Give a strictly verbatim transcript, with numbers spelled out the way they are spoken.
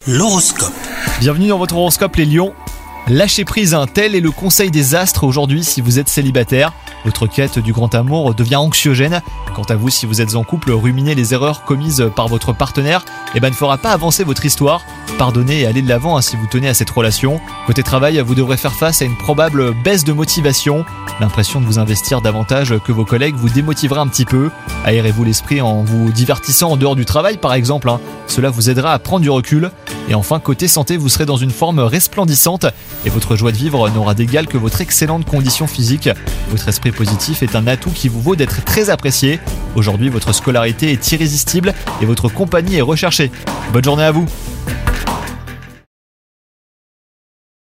L'horoscope. Bienvenue dans votre horoscope les lions. Lâchez prise, un tel est le conseil des astres aujourd'hui si vous êtes célibataire. Votre quête du grand amour devient anxiogène. Quant à vous, si vous êtes en couple, ruminer les erreurs commises par votre partenaire eh ben, ne fera pas avancer votre histoire. Pardonnez et allez de l'avant hein, si vous tenez à cette relation. Côté travail, vous devrez faire face à une probable baisse de motivation. L'impression de vous investir davantage que vos collègues vous démotivera un petit peu. Aérez-vous l'esprit en vous divertissant en dehors du travail par exemple. Hein. Cela vous aidera à prendre du recul. Et enfin, côté santé, vous serez dans une forme resplendissante et votre joie de vivre n'aura d'égal que votre excellente condition physique. Votre esprit positif est un atout qui vous vaut d'être très apprécié. Aujourd'hui, votre scolarité est irrésistible et votre compagnie est recherchée. Bonne journée à vous!